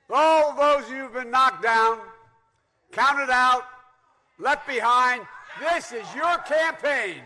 All those who've been knocked down, counted out, left behind, this is your campaign.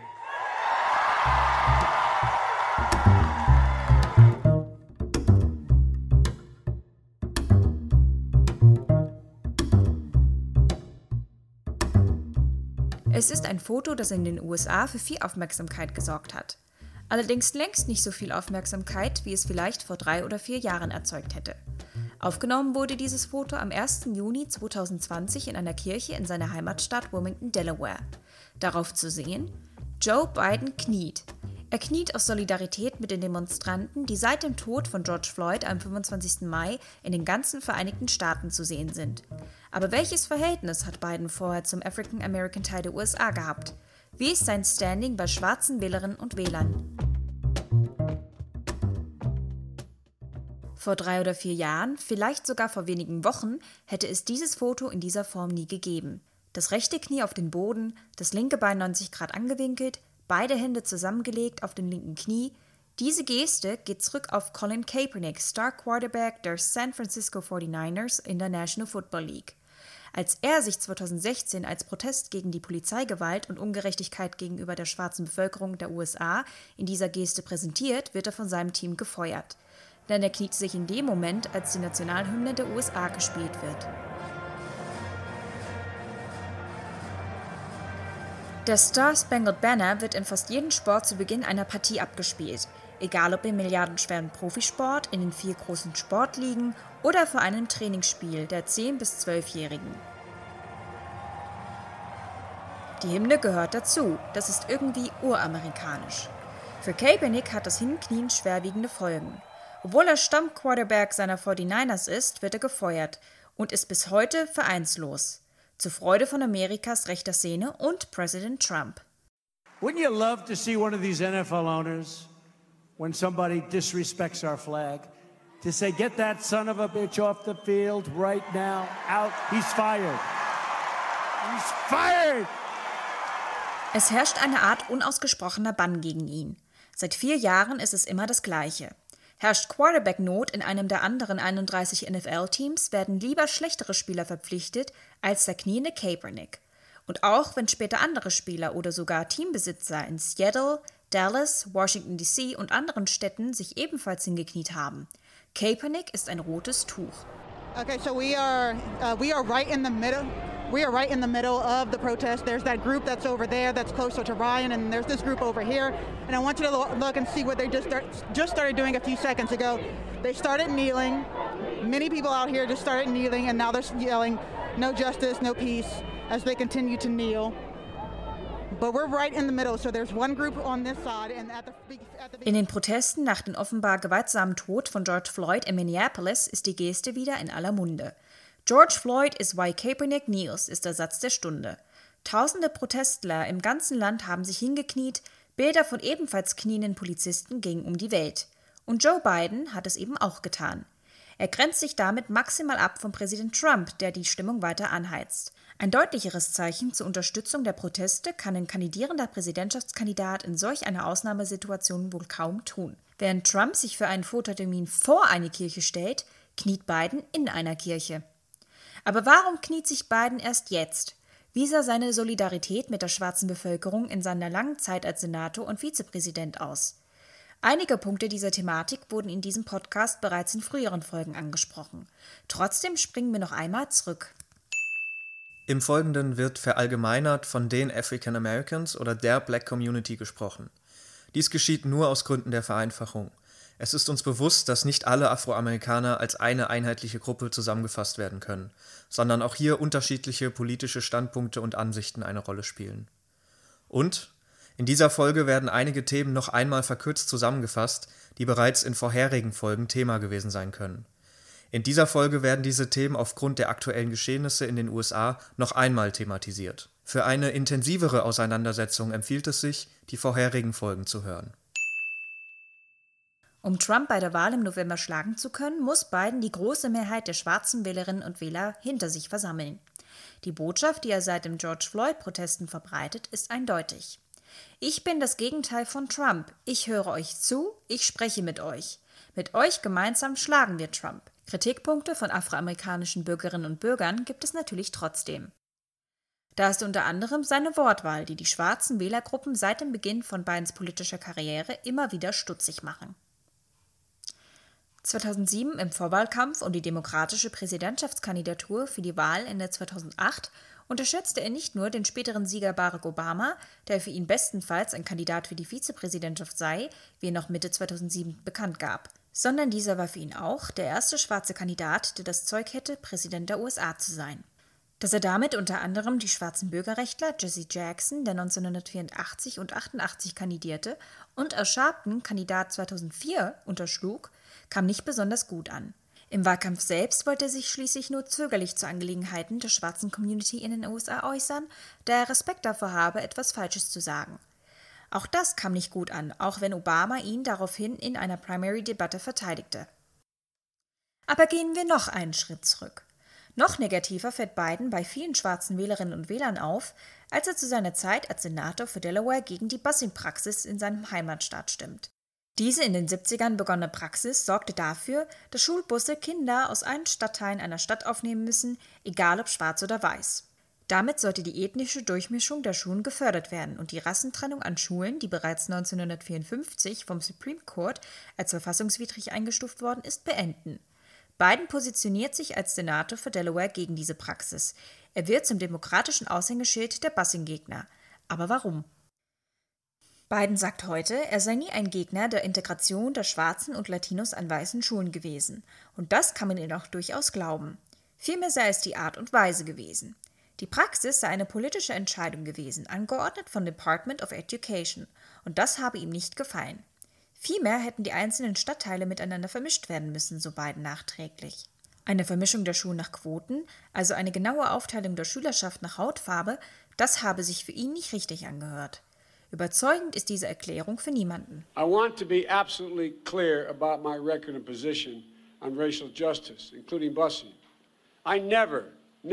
Es ist ein Foto, das in den USA für viel Aufmerksamkeit gesorgt hat. Allerdings längst nicht so viel Aufmerksamkeit, wie es vielleicht vor 3 oder 4 Jahren erzeugt hätte. Aufgenommen wurde dieses Foto am 1. Juni 2020 in einer Kirche in seiner Heimatstadt Wilmington, Delaware. Darauf zu sehen: Joe Biden kniet. Er kniet aus Solidarität mit den Demonstranten, die seit dem Tod von George Floyd am 25. Mai in den ganzen Vereinigten Staaten zu sehen sind. Aber welches Verhältnis hat Biden vorher zum African-American-Teil der USA gehabt? Wie ist sein Standing bei schwarzen Wählerinnen und Wählern? Vor 3 oder 4 Jahren, vielleicht sogar vor wenigen Wochen, hätte es dieses Foto in dieser Form nie gegeben. Das rechte Knie auf den Boden, das linke Bein 90 Grad angewinkelt, beide Hände zusammengelegt auf dem linken Knie. Diese Geste geht zurück auf Colin Kaepernick, Star Quarterback der San Francisco 49ers in der National Football League. Als er sich 2016 als Protest gegen die Polizeigewalt und Ungerechtigkeit gegenüber der schwarzen Bevölkerung der USA in dieser Geste präsentiert, wird er von seinem Team gefeuert. Denn er kniet sich in dem Moment, als die Nationalhymne der USA gespielt wird. Der Star-Spangled Banner wird in fast jedem Sport zu Beginn einer Partie abgespielt. Egal ob im milliardenschweren Profisport, in den 4 großen Sportligen oder vor einem Trainingsspiel der 10- bis 12-Jährigen. Die Hymne gehört dazu, das ist irgendwie uramerikanisch. Für Kaepernick hat das Hinknien schwerwiegende Folgen. Obwohl er Stammquarterback seiner 49ers ist, wird er gefeuert und ist bis heute vereinslos. Zur Freude von Amerikas rechter Szene und Präsident Trump. Wouldn't you love to see one of these NFL owners, when somebody disrespects our flag, to say, get that son of a bitch off the field right now, out, he's fired. He's fired! Es herrscht eine Art unausgesprochener Bann gegen ihn. Seit 4 Jahren ist es immer das Gleiche. Herrscht Quarterback-Not in einem der anderen 31 NFL-Teams, werden lieber schlechtere Spieler verpflichtet als der kniende Kaepernick. Und auch wenn später andere Spieler oder sogar Teambesitzer in Seattle, Dallas, Washington D.C. und anderen Städten sich ebenfalls hingekniet haben. Kaepernick ist ein rotes Tuch. Okay, so we are right in the middle. We are right in the middle of the protest. There's that group that's over there that's closer to Ryan, and there's this group over here. And I want you to look and see what they just started doing a few seconds ago. They started kneeling. Many people out here just started kneeling, and now they're yelling, "No justice, no peace," as they continue to kneel. But we're right in the middle, so there's one group on this side, and at the In den Protesten nach dem offenbar gewaltsamen Tod von George Floyd in Minneapolis ist die Geste wieder in aller Munde. George Floyd is why Kaepernick kneels, ist der Satz der Stunde. Tausende Protestler im ganzen Land haben sich hingekniet, Bilder von ebenfalls knienden Polizisten gingen um die Welt. Und Joe Biden hat es eben auch getan. Er grenzt sich damit maximal ab von Präsident Trump, der die Stimmung weiter anheizt. Ein deutlicheres Zeichen zur Unterstützung der Proteste kann ein kandidierender Präsidentschaftskandidat in solch einer Ausnahmesituation wohl kaum tun. Während Trump sich für einen Fototermin vor eine Kirche stellt, kniet Biden in einer Kirche. Aber warum kniet sich Biden erst jetzt? Wie sah seine Solidarität mit der schwarzen Bevölkerung in seiner langen Zeit als Senator und Vizepräsident aus? Einige Punkte dieser Thematik wurden in diesem Podcast bereits in früheren Folgen angesprochen. Trotzdem springen wir noch einmal zurück. Im Folgenden wird verallgemeinert von den African Americans oder der Black Community gesprochen. Dies geschieht nur aus Gründen der Vereinfachung. Es ist uns bewusst, dass nicht alle Afroamerikaner als eine einheitliche Gruppe zusammengefasst werden können, sondern auch hier unterschiedliche politische Standpunkte und Ansichten eine Rolle spielen. Und in dieser Folge werden einige Themen noch einmal verkürzt zusammengefasst, die bereits in vorherigen Folgen Thema gewesen sein können. In dieser Folge werden diese Themen aufgrund der aktuellen Geschehnisse in den USA noch einmal thematisiert. Für eine intensivere Auseinandersetzung empfiehlt es sich, die vorherigen Folgen zu hören. Um Trump bei der Wahl im November schlagen zu können, muss Biden die große Mehrheit der schwarzen Wählerinnen und Wähler hinter sich versammeln. Die Botschaft, die er seit den George Floyd-Protesten verbreitet, ist eindeutig. Ich bin das Gegenteil von Trump. Ich höre euch zu, ich spreche mit euch. Mit euch gemeinsam schlagen wir Trump. Kritikpunkte von afroamerikanischen Bürgerinnen und Bürgern gibt es natürlich trotzdem. Da ist unter anderem seine Wortwahl, die schwarzen Wählergruppen seit dem Beginn von Bidens politischer Karriere immer wieder stutzig machen. 2007 im Vorwahlkampf um die demokratische Präsidentschaftskandidatur für die Wahl Ende 2008 unterschätzte er nicht nur den späteren Sieger Barack Obama, der für ihn bestenfalls ein Kandidat für die Vizepräsidentschaft sei, wie er noch Mitte 2007 bekannt gab, sondern dieser war für ihn auch der erste schwarze Kandidat, der das Zeug hätte, Präsident der USA zu sein. Dass er damit unter anderem die schwarzen Bürgerrechtler Jesse Jackson, der 1984 und 88 kandidierte, und Al Sharpton, Kandidat 2004, unterschlug, kam nicht besonders gut an. Im Wahlkampf selbst wollte er sich schließlich nur zögerlich zu Angelegenheiten der schwarzen Community in den USA äußern, da er Respekt davor habe, etwas Falsches zu sagen. Auch das kam nicht gut an, auch wenn Obama ihn daraufhin in einer Primary-Debatte verteidigte. Aber gehen wir noch einen Schritt zurück. Noch negativer fällt Biden bei vielen schwarzen Wählerinnen und Wählern auf, als er zu seiner Zeit als Senator für Delaware gegen die Busing-Praxis in seinem Heimatstaat stimmt. Diese in den 70ern begonnene Praxis sorgte dafür, dass Schulbusse Kinder aus allen Stadtteilen einer Stadt aufnehmen müssen, egal ob schwarz oder weiß. Damit sollte die ethnische Durchmischung der Schulen gefördert werden und die Rassentrennung an Schulen, die bereits 1954 vom Supreme Court als verfassungswidrig eingestuft worden ist, beenden. Biden positioniert sich als Senator für Delaware gegen diese Praxis. Er wird zum demokratischen Aushängeschild der Busing-Gegner. Aber warum? Biden sagt heute, er sei nie ein Gegner der Integration der Schwarzen und Latinos an weißen Schulen gewesen. Und das kann man ihm auch durchaus glauben. Vielmehr sei es die Art und Weise gewesen. Die Praxis sei eine politische Entscheidung gewesen, angeordnet vom Department of Education. Und das habe ihm nicht gefallen. Vielmehr hätten die einzelnen Stadtteile miteinander vermischt werden müssen, so Biden nachträglich. Eine Vermischung der Schulen nach Quoten, also eine genaue Aufteilung der Schülerschaft nach Hautfarbe, das habe sich für ihn nicht richtig angehört. Überzeugend ist diese Erklärung für niemanden. I want to be absolutely clear about my record and position on racial justice, including busing. I never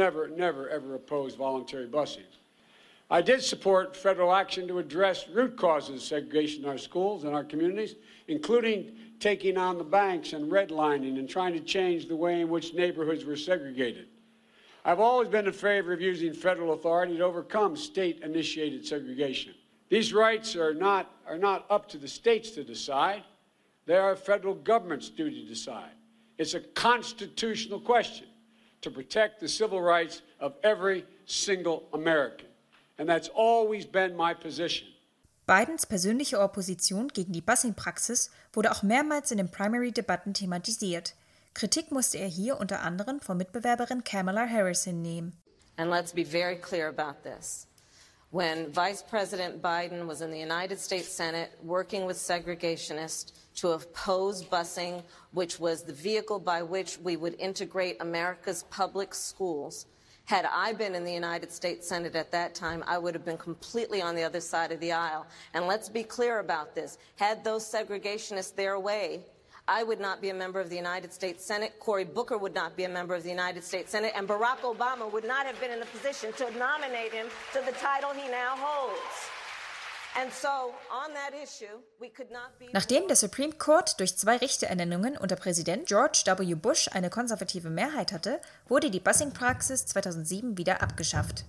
ever opposed voluntary busing. I did support federal action to address root causes of segregation in our schools and our communities, including taking on the banks and redlining and trying to change the way in which neighborhoods were segregated. I've always been in favor of using federal authority to overcome state-initiated segregation. These rights are not up to the states to decide. They are federal government's duty to decide. It's a constitutional question to protect the civil rights of every single American. And that's always been my position. Bidens persönliche Opposition gegen die Busing-Praxis wurde auch mehrmals in den Primary-Debatten thematisiert. Kritik musste er hier unter anderem von Mitbewerberin Kamala Harris hinnehmen. And let's be very clear about this. When Vice President Biden was in the United States Senate working with segregationists to oppose busing, which was the vehicle by which we would integrate America's public schools, had I been in the United States Senate at that time, I would have been completely on the other side of the aisle. And let's be clear about this. Had those segregationists their way, I would not be a member of the United States Senate, Cory Booker would not be a member of the United States Senate, and Barack Obama would not have been in a position to nominate him to the title he now holds. And so, on that issue, we could not be... Nachdem der Supreme Court durch 2 Richterernennungen unter Präsident George W. Bush eine konservative Mehrheit hatte, wurde die Busing-Praxis 2007 wieder abgeschafft.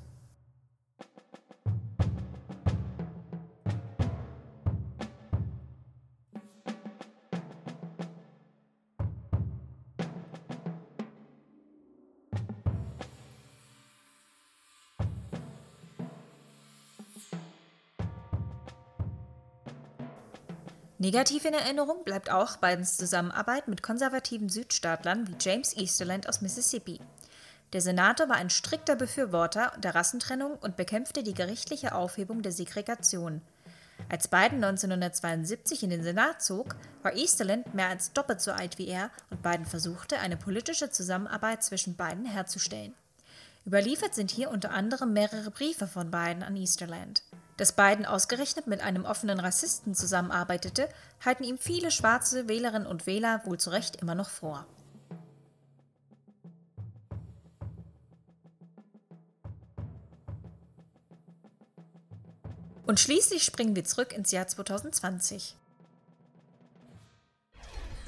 Negativ in Erinnerung bleibt auch Bidens Zusammenarbeit mit konservativen Südstaatlern wie James Easterland aus Mississippi. Der Senator war ein strikter Befürworter der Rassentrennung und bekämpfte die gerichtliche Aufhebung der Segregation. Als Biden 1972 in den Senat zog, war Easterland mehr als doppelt so alt wie er und Biden versuchte, eine politische Zusammenarbeit zwischen beiden herzustellen. Überliefert sind hier unter anderem mehrere Briefe von Biden an Easterland. Dass Biden ausgerechnet mit einem offenen Rassisten zusammenarbeitete, halten ihm viele schwarze Wählerinnen und Wähler wohl zu Recht immer noch vor. Und schließlich springen wir zurück ins Jahr 2020.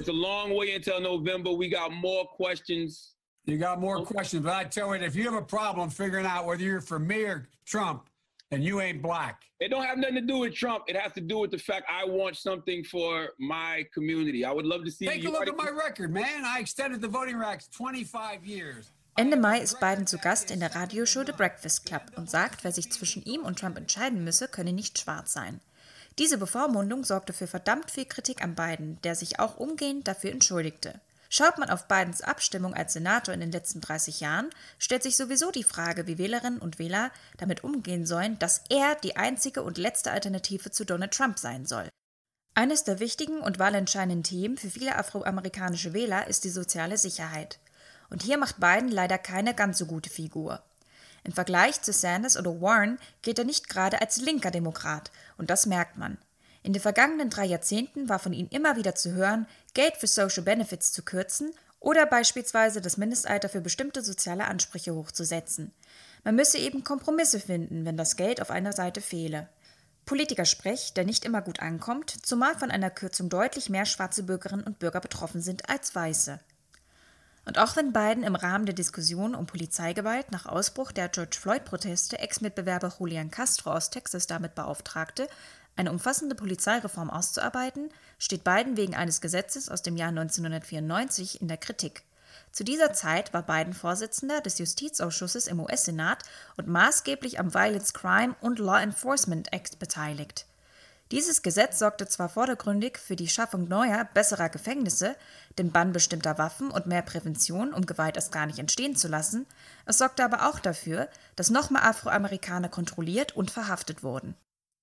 It's a long way until November. We got more questions. You got more questions, but I tell you, if you have a problem figuring out whether you're for me or Trump, and you ain't black. It don't have nothing to do with Trump. It has to do with the fact I want something for my community. I would love to see. Take a look at my record, man. I extended the voting rights 25 years. Ende Mai ist Biden zu Gast in der Radioshow The Breakfast Club und sagt, wer sich zwischen ihm und Trump entscheiden müsse, könne nicht schwarz sein. Diese Bevormundung sorgte für verdammt viel Kritik an Biden, der sich auch umgehend dafür entschuldigte. Schaut man auf Bidens Abstimmung als Senator in den letzten 30 Jahren, stellt sich sowieso die Frage, wie Wählerinnen und Wähler damit umgehen sollen, dass er die einzige und letzte Alternative zu Donald Trump sein soll. Eines der wichtigen und wahlentscheidenden Themen für viele afroamerikanische Wähler ist die soziale Sicherheit. Und hier macht Biden leider keine ganz so gute Figur. Im Vergleich zu Sanders oder Warren gilt er nicht gerade als linker Demokrat, und das merkt man. In den vergangenen 3 Jahrzehnten war von ihm immer wieder zu hören, Geld für Social Benefits zu kürzen oder beispielsweise das Mindestalter für bestimmte soziale Ansprüche hochzusetzen. Man müsse eben Kompromisse finden, wenn das Geld auf einer Seite fehle. Politikersprech, der nicht immer gut ankommt, zumal von einer Kürzung deutlich mehr schwarze Bürgerinnen und Bürger betroffen sind als weiße. Und auch wenn Biden im Rahmen der Diskussion um Polizeigewalt nach Ausbruch der George Floyd-Proteste Ex-Mitbewerber Julian Castro aus Texas damit beauftragte, eine umfassende Polizeireform auszuarbeiten, steht Biden wegen eines Gesetzes aus dem Jahr 1994 in der Kritik. Zu dieser Zeit war Biden Vorsitzender des Justizausschusses im US-Senat und maßgeblich am Violence Crime und Law Enforcement Act beteiligt. Dieses Gesetz sorgte zwar vordergründig für die Schaffung neuer, besserer Gefängnisse, den Bann bestimmter Waffen und mehr Prävention, um Gewalt erst gar nicht entstehen zu lassen, es sorgte aber auch dafür, dass noch mehr Afroamerikaner kontrolliert und verhaftet wurden.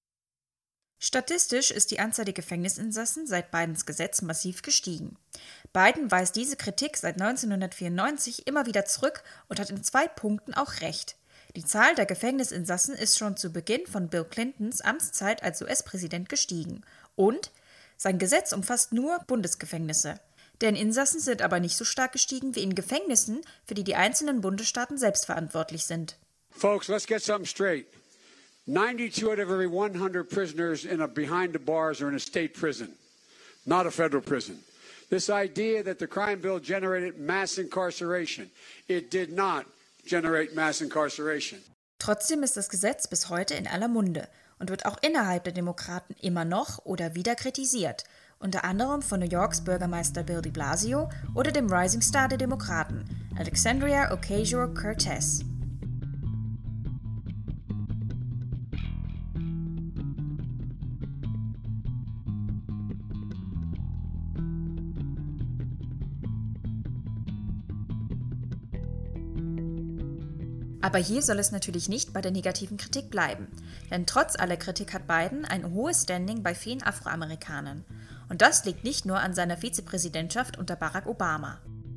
Statistisch ist die Anzahl der Gefängnisinsassen seit Bidens Gesetz massiv gestiegen. Biden weist diese Kritik seit 1994 immer wieder zurück und hat in 2 Punkten auch recht. Die Zahl der Gefängnisinsassen ist schon zu Beginn von Bill Clintons Amtszeit als US-Präsident gestiegen. Und sein Gesetz umfasst nur Bundesgefängnisse. Deren Insassen sind aber nicht so stark gestiegen wie in Gefängnissen, für die die einzelnen Bundesstaaten selbst verantwortlich sind. Folks, let's get something straight. 92 out of every 100 prisoners behind the bars are in a state prison, not a federal prison. This idea that the crime bill generated mass incarceration, it did not generate mass incarceration. Trotzdem ist das Gesetz bis heute in aller Munde und wird auch innerhalb der Demokraten immer noch oder wieder kritisiert, unter anderem von New Yorks Bürgermeister Bill de Blasio oder dem Rising Star der Demokraten, Alexandria Ocasio-Cortez. Aber hier soll es natürlich nicht bei der negativen Kritik bleiben, denn trotz aller Kritik hat Biden ein hohes Standing bei vielen Afroamerikanern. Und das liegt nicht nur an seiner Vizepräsidentschaft unter Barack Obama.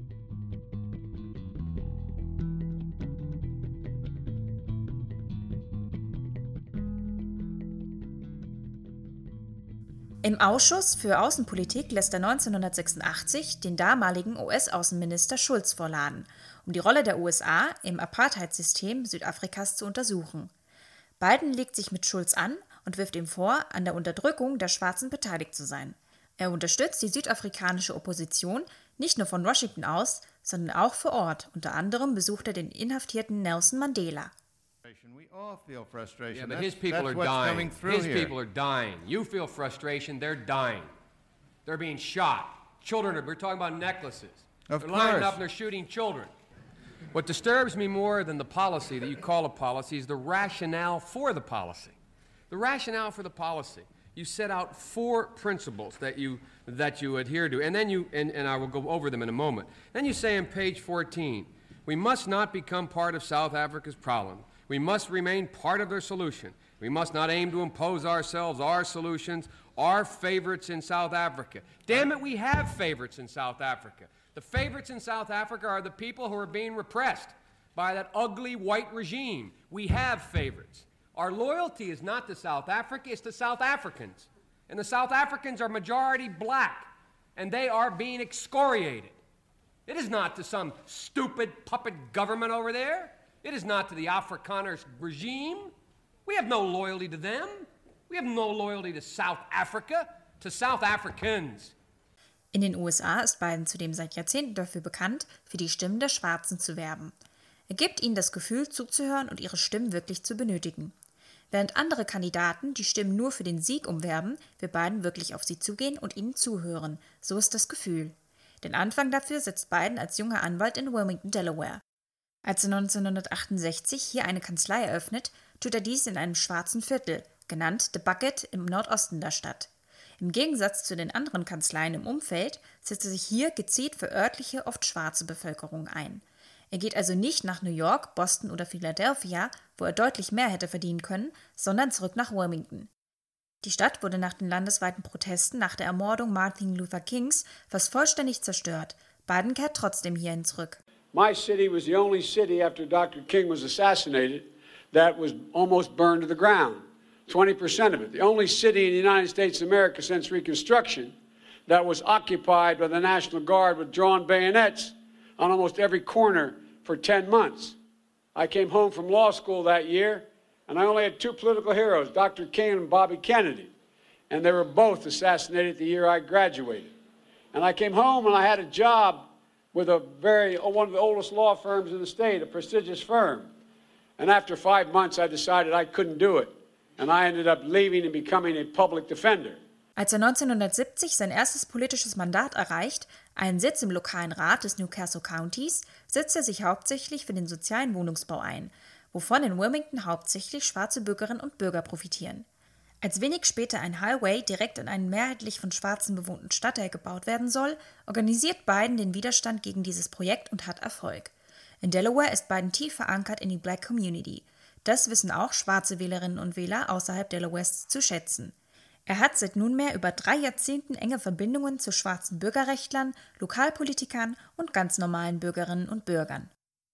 Im Ausschuss für Außenpolitik lässt er 1986 den damaligen US-Außenminister Schulz vorladen, um die Rolle der USA im Apartheidssystem Südafrikas zu untersuchen. Biden legt sich mit Schulz an und wirft ihm vor, an der Unterdrückung der Schwarzen beteiligt zu sein. Er unterstützt die südafrikanische Opposition nicht nur von Washington aus, sondern auch vor Ort. Unter anderem besucht er den inhaftierten Nelson Mandela. We all feel frustration. Yeah, but his people are dying. His people are dying. You feel frustration, they're dying. They're being shot. Children, we're talking about necklaces. They're lining up and they're shooting children. What disturbs me more than the policy that you call a policy is the rationale for the policy. The rationale for the policy. You set out 4 principles that you adhere to, and then and I will go over them in a moment. Then you say on page 14, we must not become part of South Africa's problem. We must remain part of their solution. We must not aim to impose ourselves, our solutions, our favorites in South Africa. Damn it, we have favorites in South Africa. The favorites in South Africa are the people who are being repressed by that ugly white regime. We have favorites. Our loyalty is not to South Africa, it's to South Africans. And the South Africans are majority black, and they are being excoriated. It is not to some stupid puppet government over there. It is not to the Afrikaner regime. We have no loyalty to them. We have no loyalty to South Africa, to South Africans. In den USA ist Biden zudem seit Jahrzehnten dafür bekannt, für die Stimmen der Schwarzen zu werben. Er gibt ihnen das Gefühl, zuzuhören und ihre Stimmen wirklich zu benötigen. Während andere Kandidaten die Stimmen nur für den Sieg umwerben, will Biden wirklich auf sie zugehen und ihnen zuhören. So ist das Gefühl. Den Anfang dafür setzt Biden als junger Anwalt in Wilmington, Delaware. Als er 1968 hier eine Kanzlei eröffnet, tut er dies in einem schwarzen Viertel, genannt The Bucket im Nordosten der Stadt. Im Gegensatz zu den anderen Kanzleien im Umfeld setzt er sich hier gezielt für örtliche, oft schwarze Bevölkerung ein. Er geht also nicht nach New York, Boston oder Philadelphia, wo er deutlich mehr hätte verdienen können, sondern zurück nach Wilmington. Die Stadt wurde nach den landesweiten Protesten nach der Ermordung Martin Luther Kings fast vollständig zerstört. Biden kehrt trotzdem hierhin zurück. My city was the only city after Dr. King was assassinated that was almost burned to the ground. 20% of it. The only city in the United States of America since Reconstruction that was occupied by the National Guard with drawn bayonets on almost every corner for 10 months. I came home from law school that year, and I only had two political heroes, Dr. King and Bobby Kennedy, and they were both assassinated the year I graduated. And I came home and I had a job with one of the oldest law firms in the state, a prestigious firm. And after 5 months, I decided I couldn't do it. And I ended up leaving and becoming a public defender. Als er 1970 sein erstes politisches Mandat erreicht, einen Sitz im lokalen Rat des Newcastle Countys, setzt er sich hauptsächlich für den sozialen Wohnungsbau ein, wovon in Wilmington hauptsächlich schwarze Bürgerinnen und Bürger profitieren. Als wenig später ein Highway direkt in einen mehrheitlich von Schwarzen bewohnten Stadtteil gebaut werden soll, organisiert Biden den Widerstand gegen dieses Projekt und hat Erfolg. In Delaware ist Biden tief verankert in die Black Community. Das wissen auch schwarze Wählerinnen und Wähler außerhalb Delawares zu schätzen. Er hat seit nunmehr über 3 Jahrzehnten enge Verbindungen zu schwarzen Bürgerrechtlern, Lokalpolitikern und ganz normalen Bürgerinnen und Bürgern.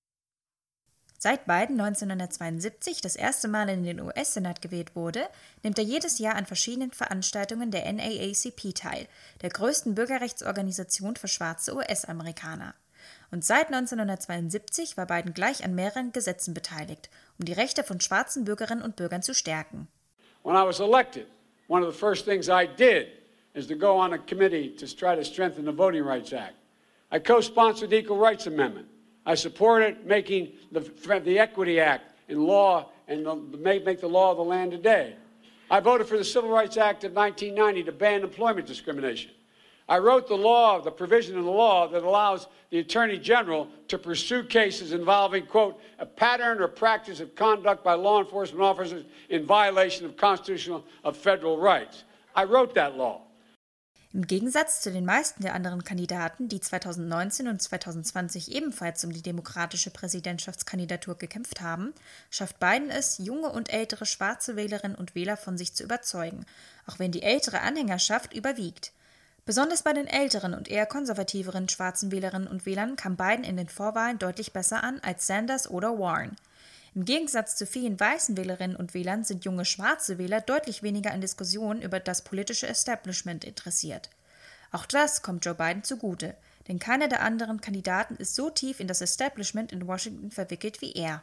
Seit Biden 1972 das erste Mal in den US-Senat gewählt wurde, nimmt er jedes Jahr an verschiedenen Veranstaltungen der NAACP teil, der größten Bürgerrechtsorganisation für schwarze US-Amerikaner. Und seit 1972 war Biden gleich an mehreren Gesetzen beteiligt, um die Rechte von schwarzen Bürgerinnen und Bürgern zu stärken. When I was elected, one of the first things I did is to go on a committee to try to strengthen the Voting Rights Act. I co-sponsored the Equal Rights Amendment. I supported making the Equity Act in law and make the law of the land today. I voted for the Civil Rights Act of 1990 to ban employment discrimination. I wrote the provision in the law that allows the Attorney General to pursue cases involving, quote, a pattern or practice of conduct by law enforcement officers in violation of federal rights. I wrote that law. Im Gegensatz zu den meisten der anderen Kandidaten, die 2019 und 2020 ebenfalls um die demokratische Präsidentschaftskandidatur gekämpft haben, schafft Biden es, junge und ältere schwarze Wählerinnen und Wähler von sich zu überzeugen, auch wenn die ältere Anhängerschaft überwiegt. Besonders bei den älteren und eher konservativeren schwarzen Wählerinnen und Wählern kam Biden in den Vorwahlen deutlich besser an als Sanders oder Warren. Im Gegensatz zu vielen weißen Wählerinnen und Wählern sind junge schwarze Wähler deutlich weniger an Diskussionen über das politische Establishment interessiert. Auch das kommt Joe Biden zugute, denn keiner der anderen Kandidaten ist so tief in das Establishment in Washington verwickelt wie er.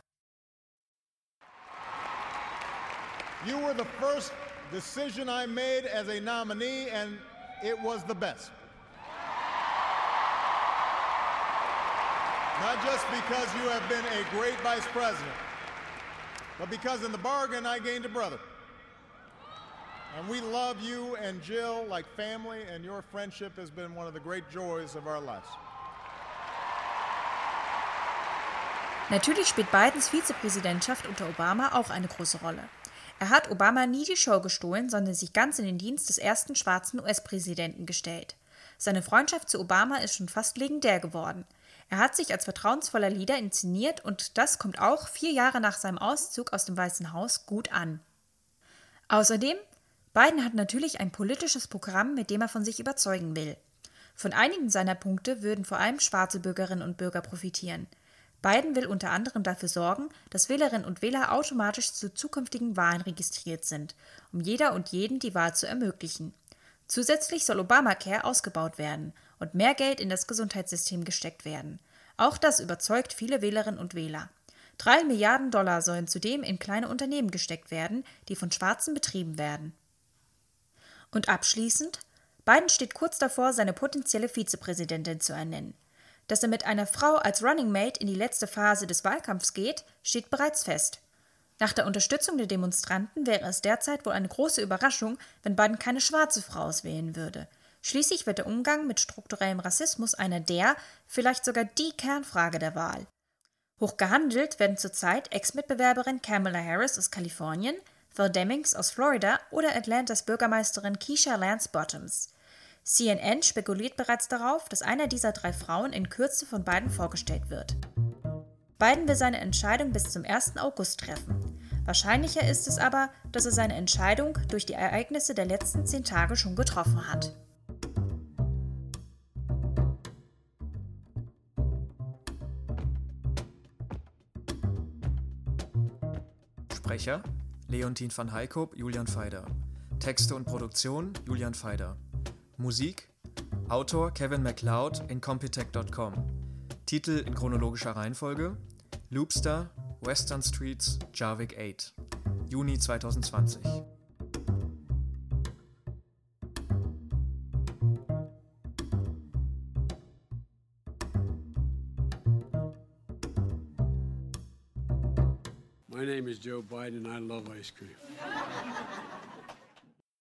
You were the first decision I made as a nominee and it was the best. Not just because you have been a great vice president, but because in the bargain I gained a brother. And we love you and Jill like family, and your friendship has been one of the great joys of our lives. Natürlich spielt Bidens Vizepräsidentschaft unter Obama auch eine große Rolle. Er hat Obama nie die Show gestohlen, sondern sich ganz in den Dienst des ersten schwarzen US-Präsidenten gestellt. Seine Freundschaft zu Obama ist schon fast legendär geworden. Er hat sich als vertrauensvoller Leader inszeniert und das kommt auch 4 Jahre nach seinem Auszug aus dem Weißen Haus gut an. Außerdem, Biden hat natürlich ein politisches Programm, mit dem er von sich überzeugen will. Von einigen seiner Punkte würden vor allem schwarze Bürgerinnen und Bürger profitieren. Biden will unter anderem dafür sorgen, dass Wählerinnen und Wähler automatisch zu zukünftigen Wahlen registriert sind, um jeder und jeden die Wahl zu ermöglichen. Zusätzlich soll Obamacare ausgebaut werden und mehr Geld in das Gesundheitssystem gesteckt werden. Auch das überzeugt viele Wählerinnen und Wähler. 3 Milliarden $ sollen zudem in kleine Unternehmen gesteckt werden, die von Schwarzen betrieben werden. Und abschließend, Biden steht kurz davor, seine potenzielle Vizepräsidentin zu ernennen. Dass er mit einer Frau als Running Mate in die letzte Phase des Wahlkampfs geht, steht bereits fest. Nach der Unterstützung der Demonstranten wäre es derzeit wohl eine große Überraschung, wenn Biden keine schwarze Frau auswählen würde. Schließlich wird der Umgang mit strukturellem Rassismus einer der, vielleicht sogar die Kernfrage der Wahl. Hoch gehandelt werden zurzeit Ex-Mitbewerberin Kamala Harris aus Kalifornien, Val Demings aus Florida oder Atlantas Bürgermeisterin Keisha Lance Bottoms. CNN spekuliert bereits darauf, dass einer dieser 3 Frauen in Kürze von Biden vorgestellt wird. Biden will seine Entscheidung bis zum 1. August treffen. Wahrscheinlicher ist es aber, dass er seine Entscheidung durch die Ereignisse der letzten 10 Tage schon getroffen hat. Sprecher: Leontin van Heikoop, Julian Feider. Texte und Produktion: Julian Feider. Musik: Autor Kevin MacLeod, Incompetech.com. Titel in chronologischer Reihenfolge: Loopstar, Western Streets, Jarvik 8. Juni 2020. My name is Joe Biden and I love ice cream.